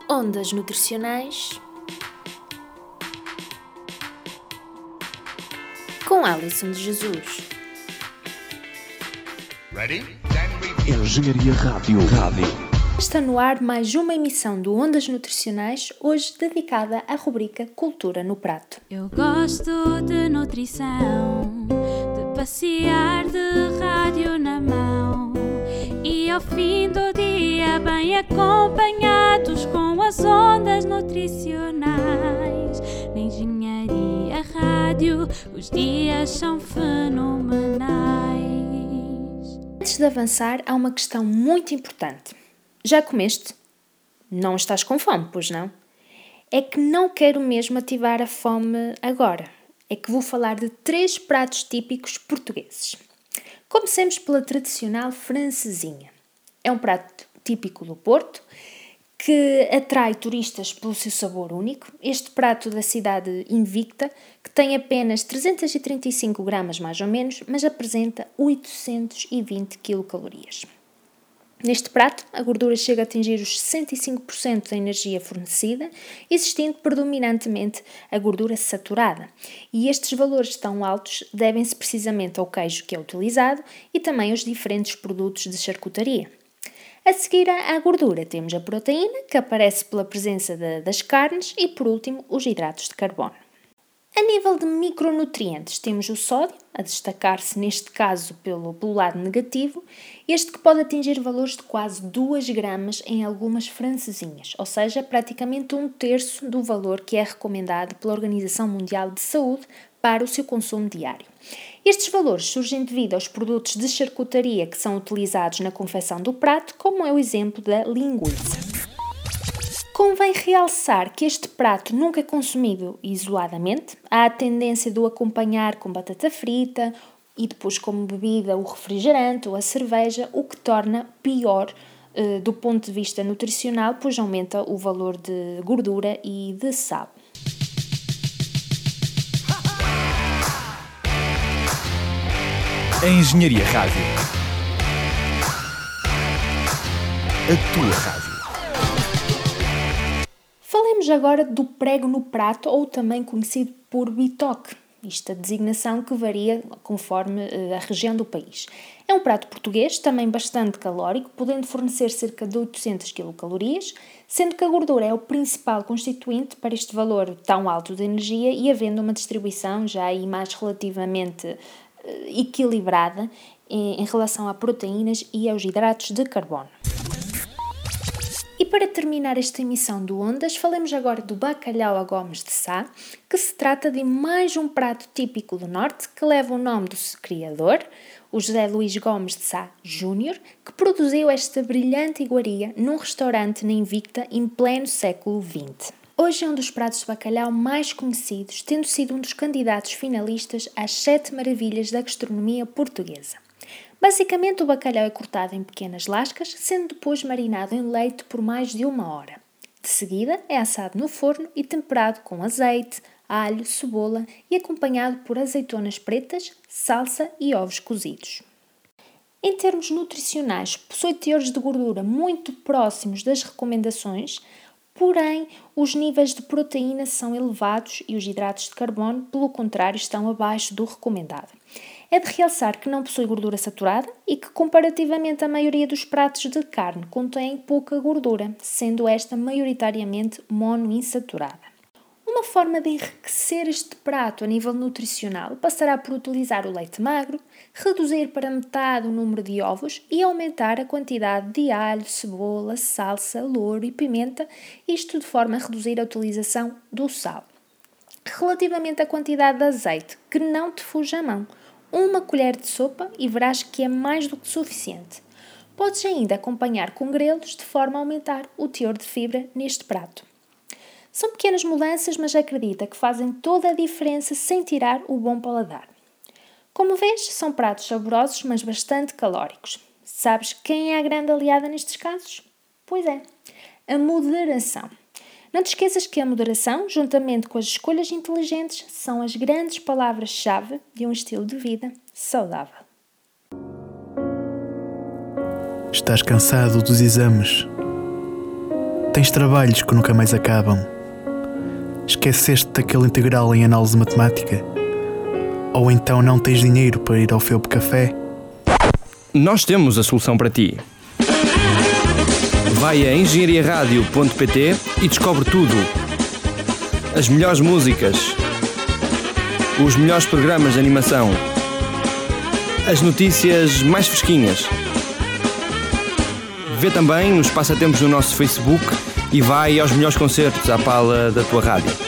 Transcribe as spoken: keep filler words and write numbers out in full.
Ondas nutricionais com Alisson de Jesus. Ready? Then we... Engenharia Rádio. Rádio. Está no ar mais uma emissão do Ondas Nutricionais, hoje dedicada à rubrica Cultura no Prato. Eu gosto de nutrição, de passear de rádio na mão e ao fim do dia bem acompanhados com as ondas nutricionais. Na Engenharia Rádio os dias são fenomenais. Antes de avançar, há uma questão muito importante. Já comeste? Não estás com fome, pois não? É que não quero mesmo ativar a fome agora. É que vou falar de três pratos típicos portugueses. Comecemos pela tradicional francesinha. É um prato típico do Porto que atrai turistas pelo seu sabor único. Este prato da cidade invicta, que tem apenas trezentos e trinta e cinco gramas mais ou menos, mas apresenta oitocentos e vinte quilocalorias. Neste prato, a gordura chega a atingir os sessenta e cinco por cento da energia fornecida, existindo predominantemente a gordura saturada. E estes valores tão altos devem-se precisamente ao queijo que é utilizado e também aos diferentes produtos de charcutaria. A seguir à gordura temos a proteína, que aparece pela presença de, das carnes, e por último os hidratos de carbono. A nível de micronutrientes, temos o sódio, a destacar-se neste caso pelo, pelo lado negativo, este que pode atingir valores de quase duas gramas em algumas francesinhas, ou seja, praticamente um terço do valor que é recomendado pela Organização Mundial de Saúde para o seu consumo diário. Estes valores surgem devido aos produtos de charcutaria que são utilizados na confecção do prato, como é o exemplo da linguiça. Convém realçar que este prato nunca é consumido isoladamente. Há a tendência de o acompanhar com batata frita e depois como bebida o refrigerante ou a cerveja, o que torna pior eh, do ponto de vista nutricional, pois aumenta o valor de gordura e de sal. A Engenharia Rádio. A tua rádio. Falemos agora do prego no prato, ou também conhecido por bitoque. Isto é a designação que varia conforme a região do país. É um prato português, também bastante calórico, podendo fornecer cerca de oitocentas quilocalorias, sendo que a gordura é o principal constituinte para este valor tão alto de energia e havendo uma distribuição já aí mais relativamente equilibrada em relação a proteínas e aos hidratos de carbono. E para terminar esta emissão do Ondas, falemos agora do bacalhau a Gomes de Sá, que se trata de mais um prato típico do Norte que leva o nome do seu criador, o José Luís Gomes de Sá Júnior, que produziu esta brilhante iguaria num restaurante na Invicta em pleno século vinte. Hoje é um dos pratos de bacalhau mais conhecidos, tendo sido um dos candidatos finalistas às sete maravilhas da gastronomia portuguesa. Basicamente, o bacalhau é cortado em pequenas lascas, sendo depois marinado em leite por mais de uma hora. De seguida, é assado no forno e temperado com azeite, alho, cebola e acompanhado por azeitonas pretas, salsa e ovos cozidos. Em termos nutricionais, possui teores de gordura muito próximos das recomendações, porém, os níveis de proteína são elevados e os hidratos de carbono, pelo contrário, estão abaixo do recomendado. É de realçar que não possui gordura saturada e que, comparativamente à maioria dos pratos de carne, contém pouca gordura, sendo esta maioritariamente monoinsaturada. Uma forma de enriquecer este prato a nível nutricional passará por utilizar o leite magro, reduzir para metade o número de ovos e aumentar a quantidade de alho, cebola, salsa, louro e pimenta, isto de forma a reduzir a utilização do sal. Relativamente à quantidade de azeite, que não te fuja a mão, uma colher de sopa e verás que é mais do que suficiente. Podes ainda acompanhar com grelos de forma a aumentar o teor de fibra neste prato. São pequenas mudanças, mas acredita que fazem toda a diferença sem tirar o bom paladar. Como vês, são pratos saborosos, mas bastante calóricos. Sabes quem é a grande aliada nestes casos? Pois é, a moderação. Não te esqueças que a moderação, juntamente com as escolhas inteligentes, são as grandes palavras-chave de um estilo de vida saudável. Estás cansado dos exames? Tens trabalhos que nunca mais acabam. Esqueceste daquele integral em análise de matemática? Ou então não tens dinheiro para ir ao Felpe Café? Nós temos a solução para ti. Vai a engenharia rádio ponto pt e descobre tudo. As melhores músicas, os melhores programas de animação, as notícias mais fresquinhas. Vê também nos passatempos do nosso Facebook e vai aos melhores concertos à pala da tua rádio.